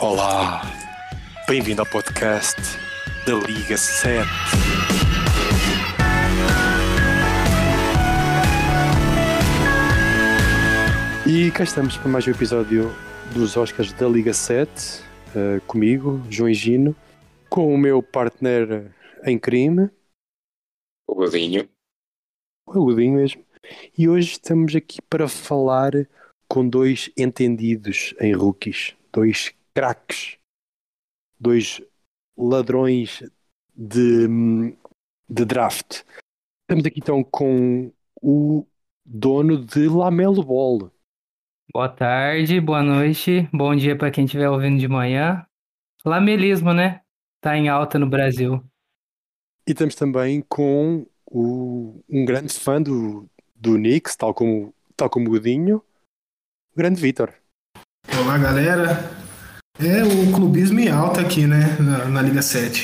Olá, bem-vindo ao podcast da Liga 7. E cá estamos para mais um episódio dos Oscars da Liga 7, comigo, João Higino, com o meu partner em crime, O Godinho. o Godinho mesmo. E hoje estamos aqui para falar com dois entendidos em rookies, dois craques, dois ladrões de draft. Estamos aqui então com o dono de Lamelo Ball. Boa tarde, boa noite, bom dia para quem estiver ouvindo de manhã. Lamelismo, né? Tá em alta no Brasil. E estamos também com um grande fã do Knicks, tal como o Godinho, o grande Vitor. Olá, galera. É o clubismo em alta aqui, né, na Liga 7.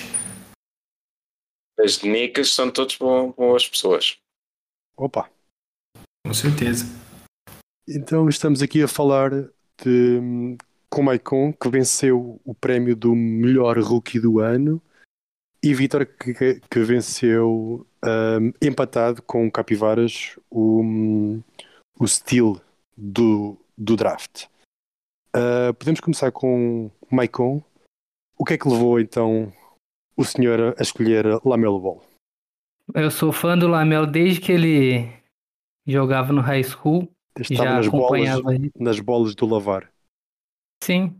As Knicks são todos boas pessoas. Opa! Com certeza. Então estamos aqui a falar com o Maicon, que venceu o prémio do melhor rookie do ano, e Vitor, que venceu empatado com o Capivaras o steal do draft. Podemos começar com o Maicon. O que é que levou então o senhor a escolher Lamelo Ball? Eu sou fã do Lamelo desde que ele jogava no high school. Estava Já acompanhava ele. nas bolas do Lavar. Sim,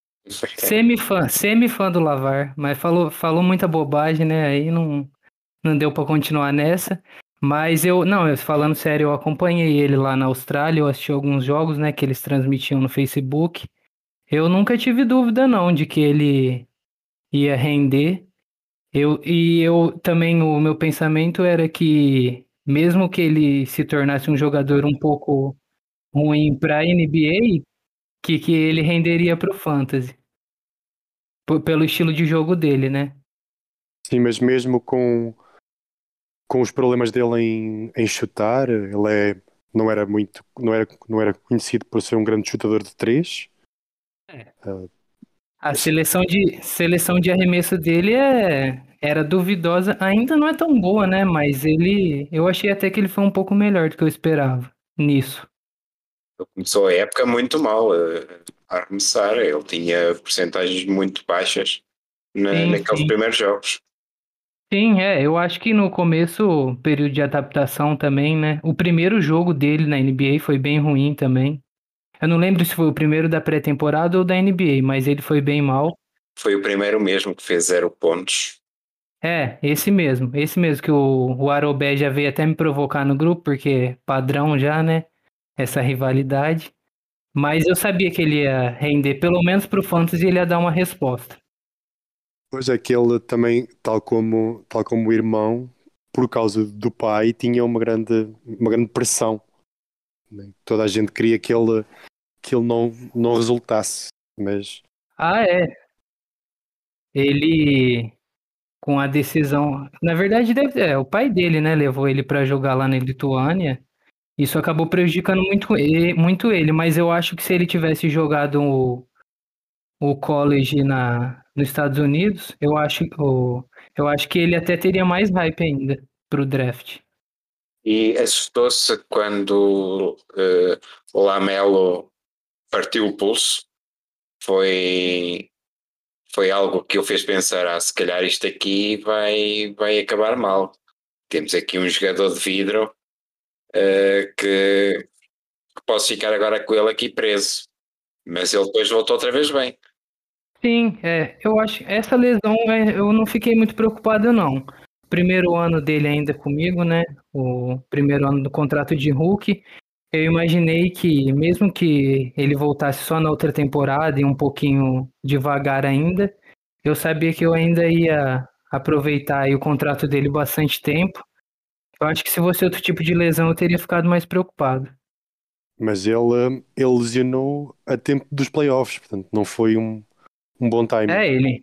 semi-fã do Lavar, mas falou muita bobagem, né? Aí não deu para continuar nessa. Mas falando sério, eu acompanhei ele lá na Austrália, eu assisti alguns jogos, né, que eles transmitiam no Facebook. Eu nunca tive dúvida, não, de que ele ia render. Eu também, o meu pensamento era que, mesmo que ele se tornasse um jogador um pouco ruim para NBA, que ele renderia para o Fantasy, pelo estilo de jogo dele, né? Sim, mas mesmo com os problemas dele em chutar, não era conhecido por ser um grande chutador de três. A seleção de arremesso dele era duvidosa, ainda não é tão boa, né? Mas eu achei até que ele foi um pouco melhor do que eu esperava nisso. Começou a época muito mal a arremessar. Ele tinha porcentagens muito baixas naqueles Sim. primeiros jogos. Sim, eu acho que no começo, período de adaptação também, né? O primeiro jogo dele na NBA foi bem ruim também. Eu não lembro se foi o primeiro da pré-temporada ou da NBA, mas ele foi bem mal. Foi o primeiro mesmo que fez 0 pontos. Esse mesmo que o Arobé já veio até me provocar no grupo, porque padrão já, né? Essa rivalidade. Mas eu sabia que ele ia render, pelo menos pro Fantasy ele ia dar uma resposta. Pois é que ele também, tal como o irmão, por causa do pai, tinha uma grande pressão, né? Toda a gente queria que ele não resultasse, mas Ele, com a decisão. Na verdade, o pai dele, né? Levou ele para jogar lá na Lituânia. Isso acabou prejudicando muito ele, mas eu acho que se ele tivesse jogado o college nos Estados Unidos, eu acho que ele até teria mais hype ainda pro draft. E assustou-se quando o Lamelo partiu o pulso. Foi algo que o fez pensar, se calhar isto aqui vai acabar mal. Temos aqui um jogador de vidro que posso ficar agora com ele aqui preso. Mas ele depois voltou outra vez bem. Sim, eu acho essa lesão eu não fiquei muito preocupado não. Primeiro ano dele ainda comigo, né? O primeiro ano do contrato de Hulk. Eu imaginei que, mesmo que ele voltasse só na outra temporada e um pouquinho devagar ainda, eu sabia que eu ainda ia aproveitar aí o contrato dele bastante tempo. Eu acho que se fosse outro tipo de lesão, eu teria ficado mais preocupado. ele lesionou a tempo dos playoffs, portanto não foi um bom timing.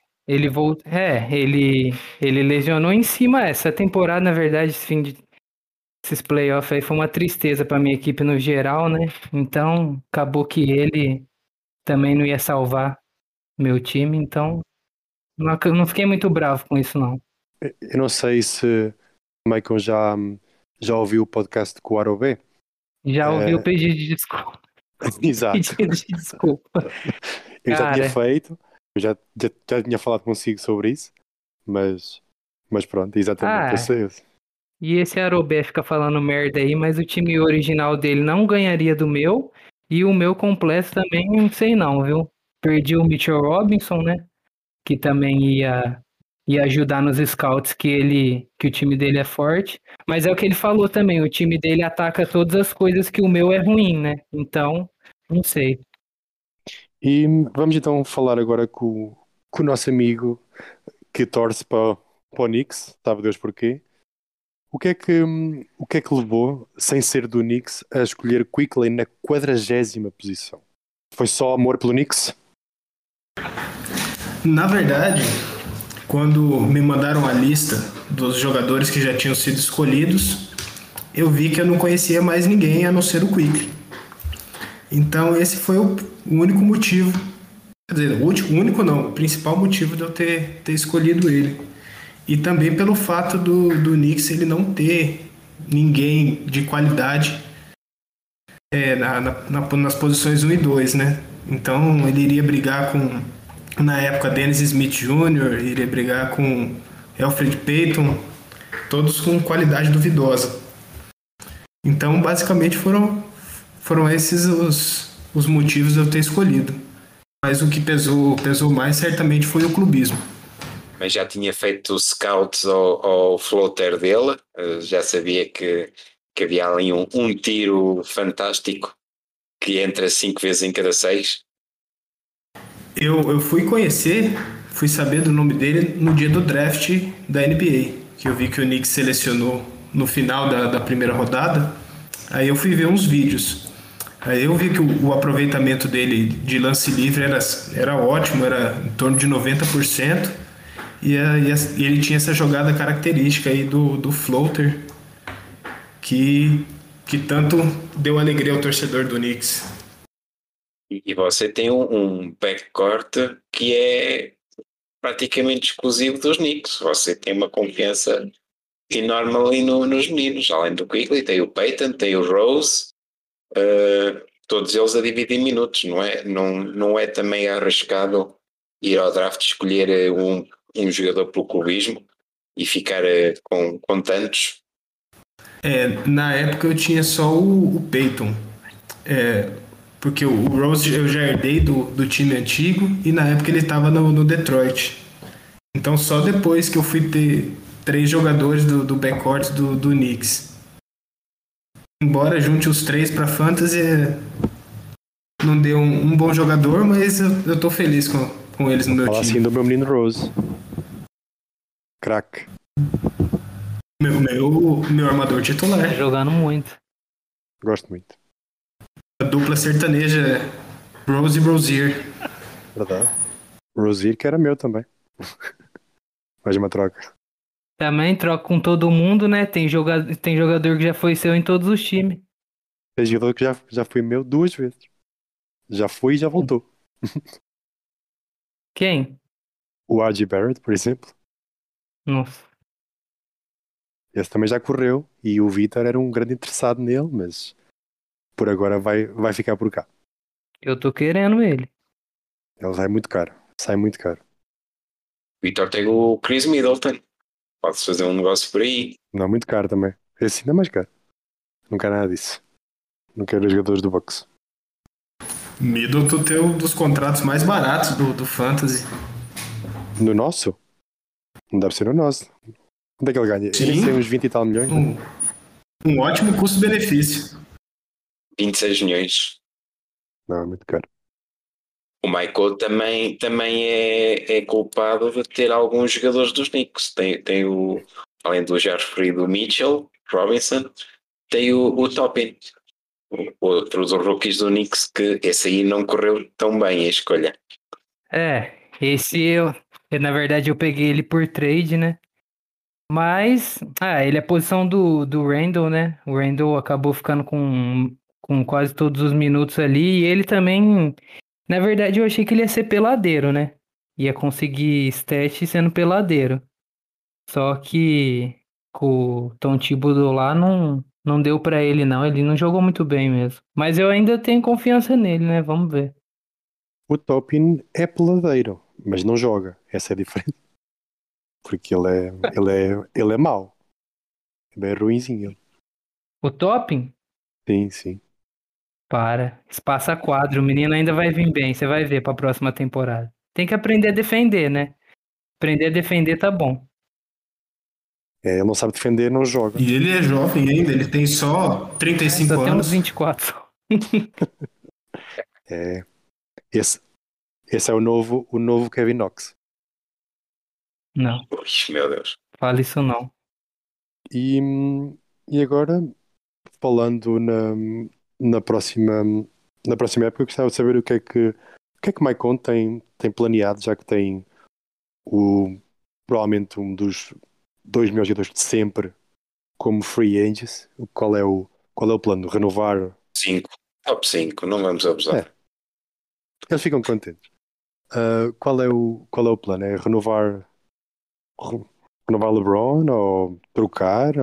Ele lesionou em cima. Essa temporada, na verdade, esses playoffs aí foi uma tristeza para minha equipe no geral, né? Então, acabou que ele também não ia salvar. meu time, então não fiquei muito bravo com isso, não. Eu não sei se o Maicon já ouviu o podcast com o Arobé. Já ouvi o pedido de desculpa. Exato. Pedido de desculpa. Eu já tinha Cara, feito, eu já tinha falado consigo sobre isso, mas pronto, exatamente. Eu ah, sei. e esse Arobé fica falando merda aí, mas o time original dele não ganharia do meu, e o meu completo também, não sei não, viu? Perdi o Mitchell Robinson, né? Que também ia ajudar nos scouts que o time dele é forte. Mas é o que ele falou também, o time dele ataca todas as coisas que o meu é ruim, né? Então, não sei. E vamos então falar agora com o nosso amigo que torce para o Knicks, sabe Deus porquê. O que é que levou, sem ser do Knicks, a escolher Quickley na 40ª posição? Foi só amor pelo Knicks? Na verdade, quando me mandaram a lista dos jogadores que já tinham sido escolhidos, eu vi que eu não conhecia mais ninguém a não ser o Quick. Então esse foi o único motivo, quer dizer, o único não, o principal motivo de eu ter escolhido ele. E também pelo fato do Knicks ele não ter ninguém de qualidade nas posições 1 e 2, né? Então ele iria brigar com, na época, Dennis Smith Jr., iria brigar com Elfrid Payton, todos com qualidade duvidosa. Então, basicamente, foram esses os motivos de eu ter escolhido. Mas o que pesou mais certamente foi o clubismo. Mas já tinha feito scouts ao floater dele, já sabia que havia ali um tiro fantástico que entra 5 vezes em cada 6. Eu fui saber do nome dele no dia do draft da NBA, que eu vi que o Knicks selecionou no final da primeira rodada. Aí eu fui ver uns vídeos. Aí eu vi que o aproveitamento dele de lance livre era ótimo, era em torno de 90%. E ele tinha essa jogada característica aí do floater, que tanto deu alegria ao torcedor do Knicks. E você tem um backcourt que é praticamente exclusivo dos Knicks. Você tem uma confiança enorme ali nos meninos. Além do Quigley, tem o Peyton, tem o Rose, todos eles a dividir minutos, não é? Não é também arriscado ir ao draft escolher um jogador pelo clubismo e ficar com tantos. Na época eu tinha só o Peyton, porque o Rose eu já herdei do time antigo e na época ele estava no Detroit. Então só depois que eu fui ter 3 jogadores do backcourt do Knicks. Embora junte os 3 para Fantasy, não deu um bom jogador, mas eu tô feliz com eles no meu Fala assim time. do meu menino Rose. Crack. Meu armador Tá titular. jogando muito. Gosto muito. A dupla sertaneja Rose e Rozier. Verdade. Rozier que era meu também. Mais uma troca. Também troca com todo mundo, né? Tem jogador que já foi seu em todos os times. Tem jogador que já foi meu 2 vezes. Já foi e já voltou. Quem? O R.J. Barrett, por exemplo. Nossa. Esse também já correu. E o Vitor era um grande interessado nele, mas por agora vai ficar por cá. Eu tô querendo ele. Ele sai muito caro. Sai muito caro. Vitor tem o Chris Middleton. Pode-se fazer um negócio por aí. Não, muito caro também. Esse ainda é mais caro. Não quero nada disso. Não quero os jogadores do Bucks. Middleton tem um dos contratos mais baratos do Fantasy. No nosso? Não deve ser no nosso. Quanto é que ele ganha? Sim. Eu nem sei, uns 20 e tal milhões. Um ótimo custo-benefício. 26 milhões. Não, é muito caro. O Michael também é culpado de ter alguns jogadores dos Knicks. Tem além do já referido Mitchell, Robinson, tem o Toppin, outro dos rookies do Knicks, que esse aí não correu tão bem a escolha. Esse na verdade eu peguei ele por trade, né? Mas, ele é a posição do Randall, né? O Randall acabou ficando com quase todos os minutos ali e ele também Na verdade, eu achei que ele ia ser peladeiro, né? Ia conseguir stat sendo peladeiro. Só que com o Tom Thibodeau lá não deu pra ele, não. Ele não jogou muito bem mesmo. Mas eu ainda tenho confiança nele, né? Vamos ver. O Topin é peladeiro, mas não joga. Essa é a diferença. Porque ele é mau. Ele é ruinzinho. O Topping? Sim, sim. Para. Espaça quadro. O menino ainda vai vir bem. Você vai ver pra próxima temporada. Tem que aprender a defender, né? Aprender a defender tá bom. Ele não sabe defender, não joga. E ele é jovem ainda, ele tem só 35 Só tem uns anos. 24 só. É, esse é o novo Kevin Knox. Não, Ui, meu Deus. fala isso não. E, e agora, falando na próxima, na próxima época, eu gostava de saber o que é que Maicon tem planeado, já que tem provavelmente um dos dois melhores jogadores de sempre como free agents. Qual é o plano? Renovar? 5. Top 5, não vamos abusar. Eles ficam contentes. Qual é o plano? É renovar LeBron ou trocar?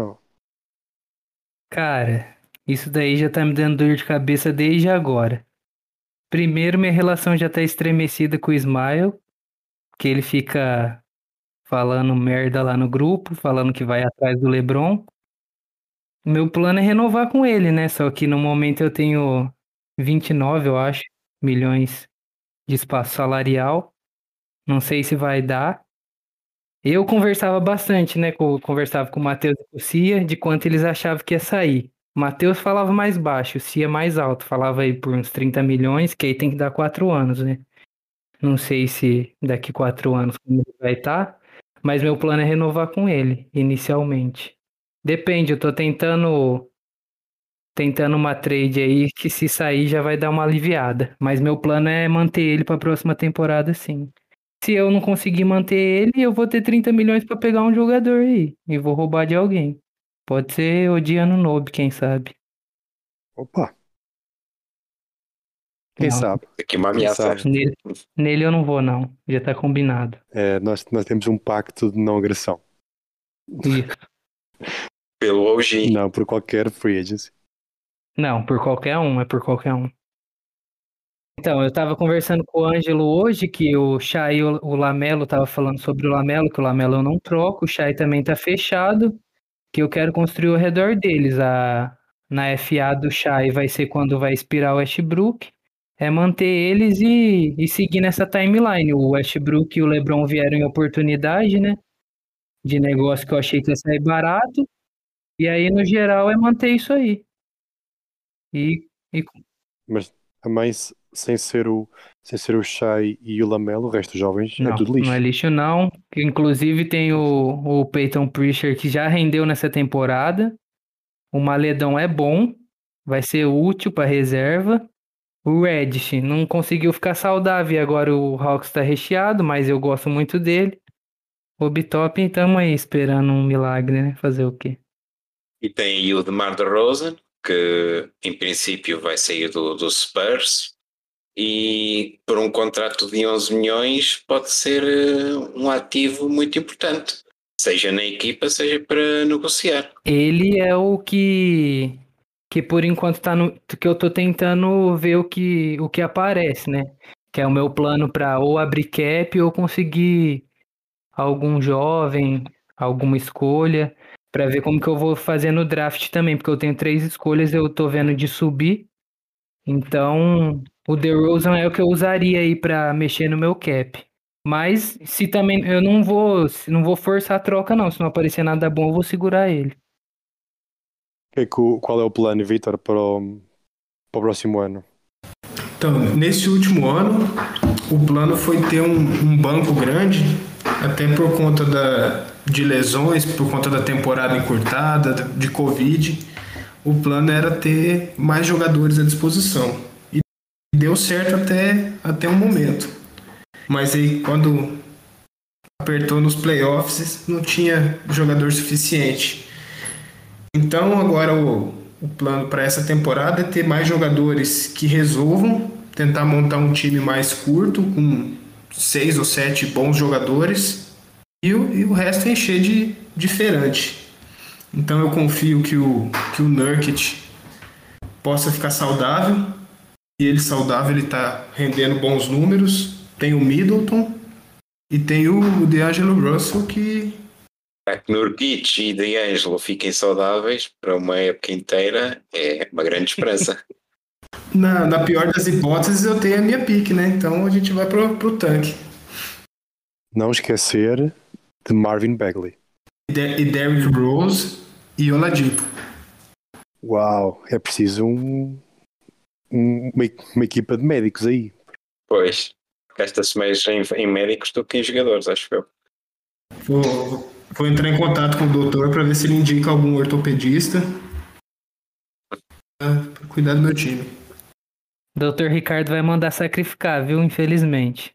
Cara, isso daí já tá me dando dor de cabeça desde agora. Primeiro, minha relação já tá estremecida com o Smile, que ele fica falando merda lá no grupo, falando que vai atrás do LeBron. Meu plano é renovar com ele, né? Só que no momento eu tenho 29, eu acho, milhões de espaço salarial. Não sei se vai dar. Eu conversava bastante, né? Conversava com o Matheus e com o Cia de quanto eles achavam que ia sair. O Matheus falava mais baixo, o Cia mais alto. Falava aí por uns 30 milhões, que aí tem que dar 4 anos, né? Não sei se daqui 4 anos como ele vai estar, mas meu plano é renovar com ele, inicialmente. Depende, eu tô tentando uma trade aí que se sair já vai dar uma aliviada. Mas meu plano é manter ele para a próxima temporada, sim. Se eu não conseguir manter ele, eu vou ter 30 milhões para pegar um jogador aí e vou roubar de alguém. Pode ser Odiano Nobe, quem sabe. Opa! Quem Não, sabe? Aqui uma Quem ameaça. sabe? nele eu não vou, não. Já tá combinado. Nós temos um pacto de não agressão. Isso. Pelo OG. Não por qualquer free agency. Não, por qualquer um, é por qualquer um. Então, eu tava conversando com o Ângelo hoje que o Shai e o Lamelo tava falando sobre o Lamelo, que o Lamelo eu não troco, o Shai também tá fechado, que eu quero construir ao redor deles. Na FA do Shai vai ser quando vai expirar o Westbrook, é manter eles e seguir nessa timeline. O Westbrook e o LeBron vieram em oportunidade, né, de negócio que eu achei que ia sair barato, e aí no geral é manter isso aí. E Mas também sem ser o Shai e o Lamelo, o resto dos jovens é não, tudo não é lixo. lixo não. Que inclusive tem o Peyton Pritchard que já rendeu nessa temporada. O Maledon é bom, vai ser útil para reserva. O Reddish não conseguiu ficar saudável e agora o Hawks está recheado, mas eu gosto muito dele. O Bitop, estamos aí esperando um milagre, né? Fazer o quê? E tem aí o DeMar DeRozan, que em princípio vai sair do Spurs. E por um contrato de 11 milhões pode ser um ativo muito importante, seja na equipa, seja para negociar. Ele é o que por enquanto tá no que eu tô tentando ver o que aparece, né? Que é o meu plano para ou abrir cap ou conseguir algum jovem, alguma escolha, para ver como que eu vou fazer no draft também, porque eu tenho 3 escolhas, eu tô vendo de subir. Então, o DeRozan é o que eu usaria aí para mexer no meu cap. Mas se também eu não vou forçar a troca não, se não aparecer nada bom, eu vou segurar ele. Qual é o plano, Vitor, para o próximo ano? Então, nesse último ano, o plano foi ter um banco grande, até por conta de lesões, por conta da temporada encurtada, de Covid. O plano era ter mais jogadores à disposição. E deu certo até um momento. Mas aí, quando apertou nos playoffs, não tinha jogador suficiente. Então, agora o plano para essa temporada é ter mais jogadores que resolvam tentar montar um time mais curto, com 6 ou 7 bons jogadores, e o resto encher de feirante. Então eu confio que o Nurkic possa ficar saudável, e ele saudável, ele tá rendendo bons números. Tem o Middleton e tem o D'Angelo Russell que... Para que Nurkic e D'Angelo fiquem saudáveis para uma época inteira é uma grande esperança. Na pior das hipóteses, eu tenho a minha pique, né? Então a gente vai pro tanque. Não esquecer de Marvin Bagley. E Derrick Rose e Oladipo. Uau, é preciso uma equipa de médicos aí. Pois, gasta-se mais em médicos do que em jogadores, acho eu. Vou entrar em contato com o doutor para ver se ele indica algum ortopedista para cuidar do meu time. Doutor Ricardo vai mandar sacrificar, viu? Infelizmente.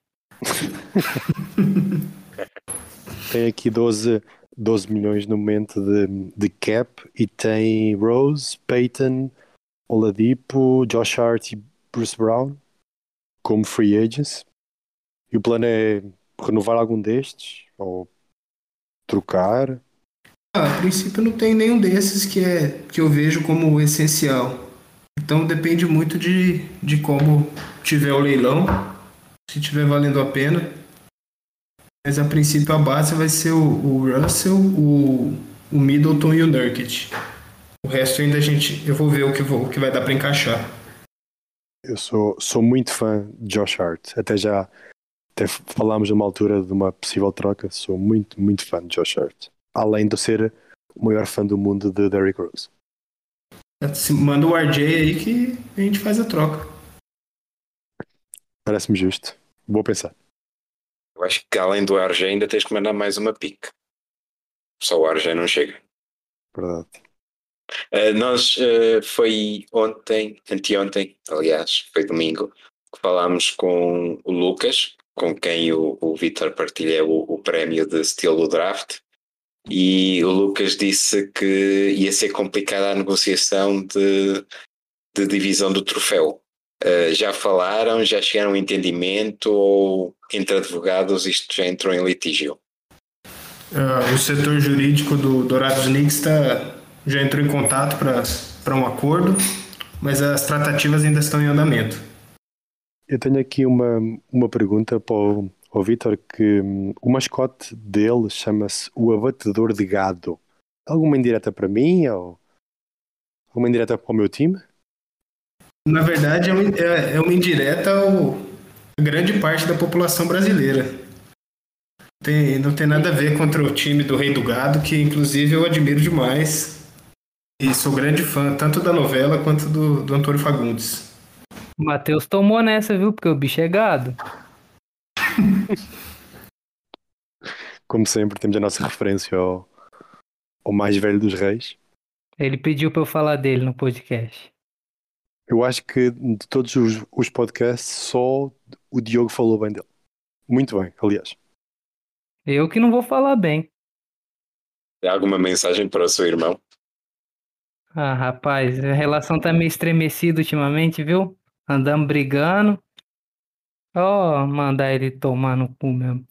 Tem aqui 12 milhões no momento de cap e tem Rose, Peyton, Oladipo, Josh Hart e Bruce Brown como free agents. E o plano é renovar algum destes ou trocar. A princípio não tem nenhum desses que eu vejo como essencial. Então depende muito de como tiver o leilão, se tiver valendo a pena. Mas a princípio a base vai ser o Russell, o Middleton e o Nurkic. O resto ainda eu vou ver o que vai dar para encaixar. Eu sou muito fã de Josh Hart. Até falámos numa altura de uma possível troca. Sou muito, muito fã de Josh Hart. Além de ser o maior fã do mundo de Derrick Rose. Manda o RJ aí que a gente faz a troca. Parece-me justo. Vou pensar. Eu acho que além do RG ainda tens que mandar mais uma pique. Só o RG não chega. Verdade. Foi anteontem, aliás, foi domingo, que falámos com o Lucas, com quem o Vítor partilha o prémio de Steal do Draft, e o Lucas disse que ia ser complicada a negociação de divisão do troféu. Já falaram, já chegaram a um entendimento ou entre advogados isto já entrou em litígio? O setor jurídico do Dourados Knicks já entrou em contato para um acordo, mas as tratativas ainda estão em andamento. Eu tenho aqui uma pergunta para o Vítor, que o mascote dele chama-se o Abatedor de Gado. Alguma indireta para mim ou alguma indireta para o meu time? Na verdade, é uma indireta a grande parte da população brasileira. Não tem nada a ver contra o time do Rei do Gado, que inclusive eu admiro demais. E sou grande fã tanto da novela quanto do Antônio Fagundes. O Matheus tomou nessa, viu? Porque o bicho é gado. Como sempre, temos a nossa referência ao mais velho dos reis. Ele pediu pra eu falar dele no podcast. Eu acho que de todos os podcasts, só o Diogo falou bem dele. Muito bem, aliás. Eu que não vou falar bem. Tem alguma mensagem para o seu irmão? Ah, rapaz, a relação tá meio estremecida ultimamente, viu? Andamos brigando. Ó, mandar ele tomar no cu mesmo.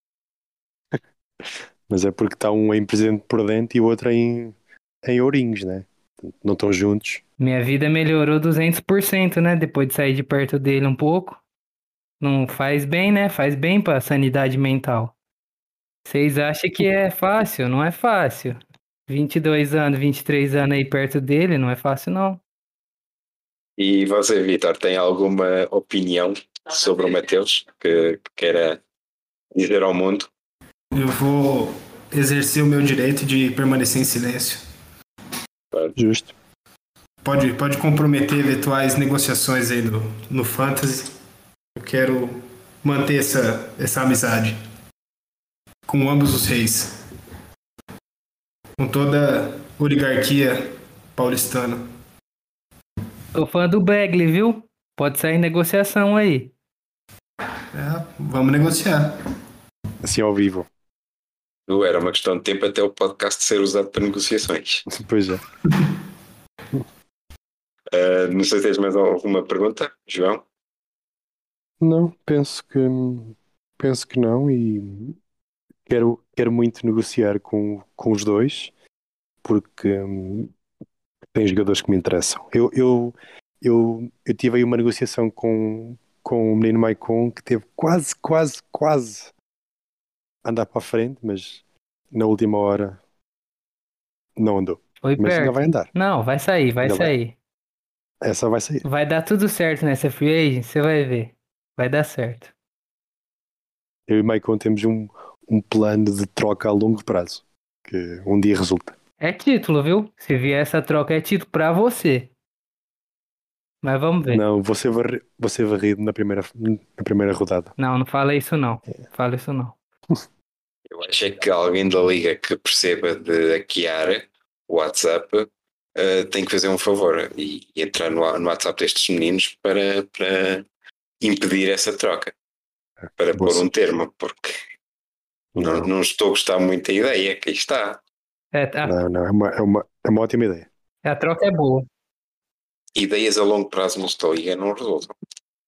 Mas é porque está um em Presidente Prudente e o outro em Ourinhos, né? Não estão juntos. Minha vida melhorou 200%, né? Depois de sair de perto dele um pouco. Não faz bem, né? Faz bem pra sanidade mental. Vocês acham que é fácil? Não é fácil. 22 anos, 23 anos aí perto dele, não é fácil não. E você, Vítor, tem alguma opinião sobre o Mateus que queira dizer ao mundo? Eu vou exercer o meu direito de permanecer em silêncio. Justo. Pode comprometer eventuais negociações aí no Fantasy. Eu quero manter essa amizade com ambos os reis. Com toda a oligarquia paulistana. Tô fã do Bagley, viu? Pode sair negociação aí. Vamos negociar. Assim ao vivo. Era uma questão de tempo até o podcast ser usado para negociações. Pois é. Não sei se tens mais alguma pergunta, João? Não, penso que não e quero muito negociar com os dois porque tem jogadores que me interessam. Eu tive aí uma negociação com o menino Maicon que teve quase a andar para a frente, mas na última hora não andou. Foi Mas ainda perto, vai hein? andar. Não, vai sair, vai Ainda vai. sair. Essa vai sair. Vai dar tudo certo nessa free agent, você vai ver. Vai dar certo. Eu e o Maicon temos um plano de troca a longo prazo que um dia resulta. É título, viu? Se vier essa troca, é título pra você. Mas vamos ver. Não, você varrido na primeira rodada. Não, não fala isso não. Fala isso não. Eu acho é que alguém da liga que perceba de hackear o WhatsApp tem que fazer um favor e entrar no WhatsApp destes meninos para impedir essa troca, para Boa pôr um sorte. termo, porque não estou a gostar muito da ideia que aí está. Não, é uma ótima ideia. A troca é boa. Ideias a longo prazo nesta liga não resultam.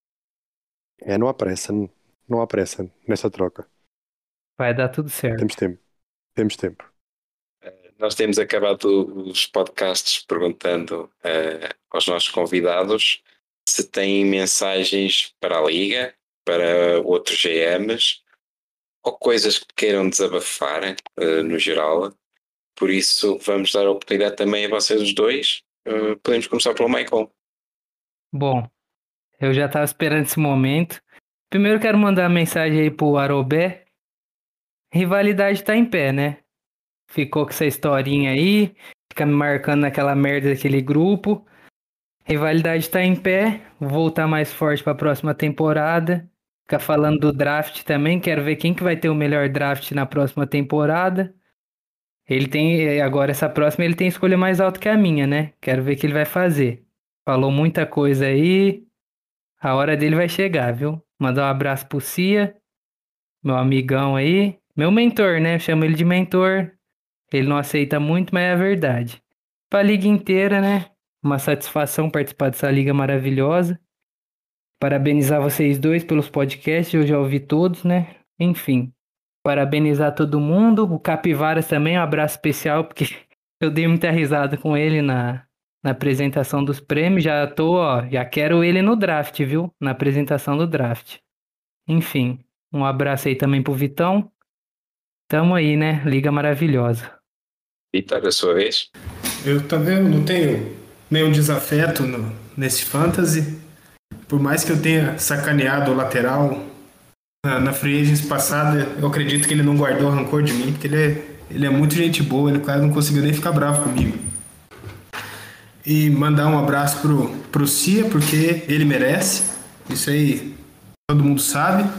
Não há pressa nessa troca. Vai dar tudo certo. Temos tempo. Nós temos acabado os podcasts perguntando aos nossos convidados se têm mensagens para a liga, para outros GMs ou coisas que queiram desabafar no geral. Por isso, vamos dar a oportunidade também a vocês os dois. Podemos começar pelo Michael. Bom, eu já tava esperando esse momento. Primeiro quero mandar uma mensagem aí pro Arobé. Rivalidade tá em pé, né? Ficou com essa historinha aí, fica me marcando naquela merda daquele grupo. Rivalidade tá em pé, vou voltar mais forte pra próxima temporada. Ficar falando do draft também, quero ver quem que vai ter o melhor draft na próxima temporada. Ele tem, agora essa próxima ele tem escolha mais alta que a minha, né? Quero ver o que ele vai fazer. Falou muita coisa aí, a hora dele vai chegar, viu? Mandar um abraço pro Cia, meu amigão aí, meu mentor, né? Eu chamo ele de mentor. Ele não aceita muito, mas é a verdade. Pra liga inteira, né? Uma satisfação participar dessa liga maravilhosa. Parabenizar vocês dois pelos podcasts, eu já ouvi todos, né? Enfim, parabenizar todo mundo. O Capivaras também, um abraço especial, porque eu dei muita risada com ele na apresentação dos prêmios. Já quero ele no draft, viu? Na apresentação do draft. Enfim, um abraço aí também pro Vitão. Tamo aí, né? Liga maravilhosa. Vitor, a sua vez. Eu também não tenho nenhum desafeto nesse fantasy. Por mais que eu tenha sacaneado o lateral na free agency passada, eu acredito que ele não guardou rancor de mim, porque ele é muito gente boa, ele quase não conseguiu nem ficar bravo comigo. E mandar um abraço pro Cia, porque ele merece. Isso aí todo mundo sabe.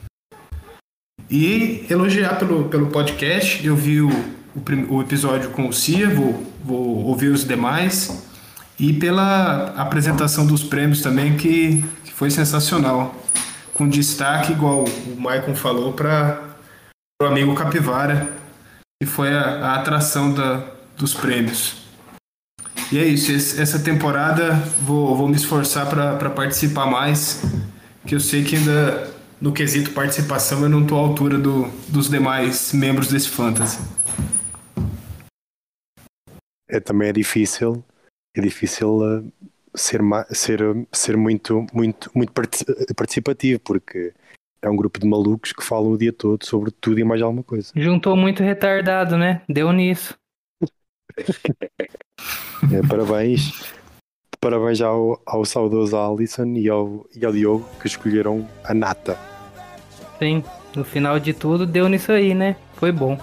E elogiar pelo podcast. Eu vi o episódio com o Cia, vou ouvir os demais. E pela apresentação dos prêmios também, que foi sensacional. Com destaque, igual o Maicon falou, para o amigo Capivara, que foi a atração dos prêmios. E é isso, essa temporada vou me esforçar para participar mais, que eu sei que ainda no quesito participação eu não estou à altura dos demais membros desse Fantasy. Também é difícil ser muito participativo, porque é um grupo de malucos que falam o dia todo sobre tudo e mais alguma coisa. Juntou muito retardado, né? Deu nisso. Parabéns ao saudoso Alisson e ao Diogo, que escolheram a nata. Sim, no final de tudo deu nisso aí, né? Foi bom.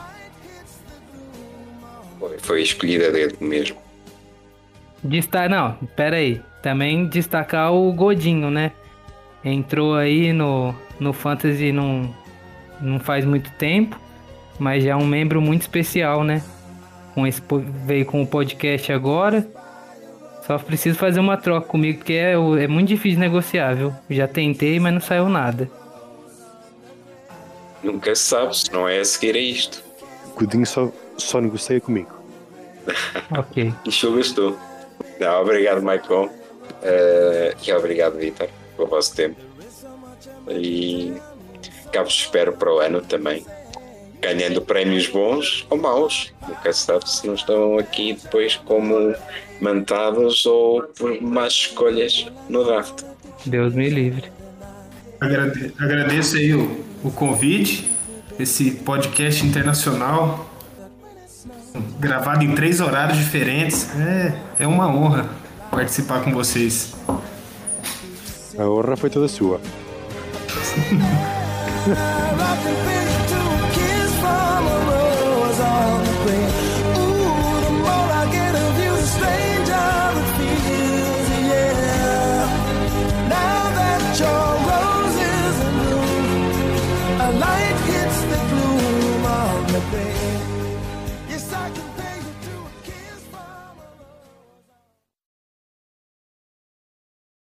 Foi escolhida a dedo mesmo. Não, pera aí. Também destacar o Godinho, né? Entrou aí no Fantasy não faz muito tempo, mas já é um membro muito especial, né? Veio com o podcast agora. Só preciso fazer uma troca comigo, porque é muito difícil negociar, viu? Já tentei, mas não saiu nada. Nunca se sabe, se não é a seguir a isto. O Godinho só negocia comigo. Ok. Isto eu gostou. Não, obrigado, Michael. E obrigado, Vitor, pelo vosso tempo. e cá vos espero para o ano também, ganhando prémios bons ou maus. Nunca se sabe se não estão aqui depois como mantados ou por más escolhas no draft. Deus me livre. Agradeço aí o convite, esse podcast internacional, gravado em 3 horários diferentes. É uma honra participar com vocês. A honra foi toda sua. A light hits the gloom on the bay.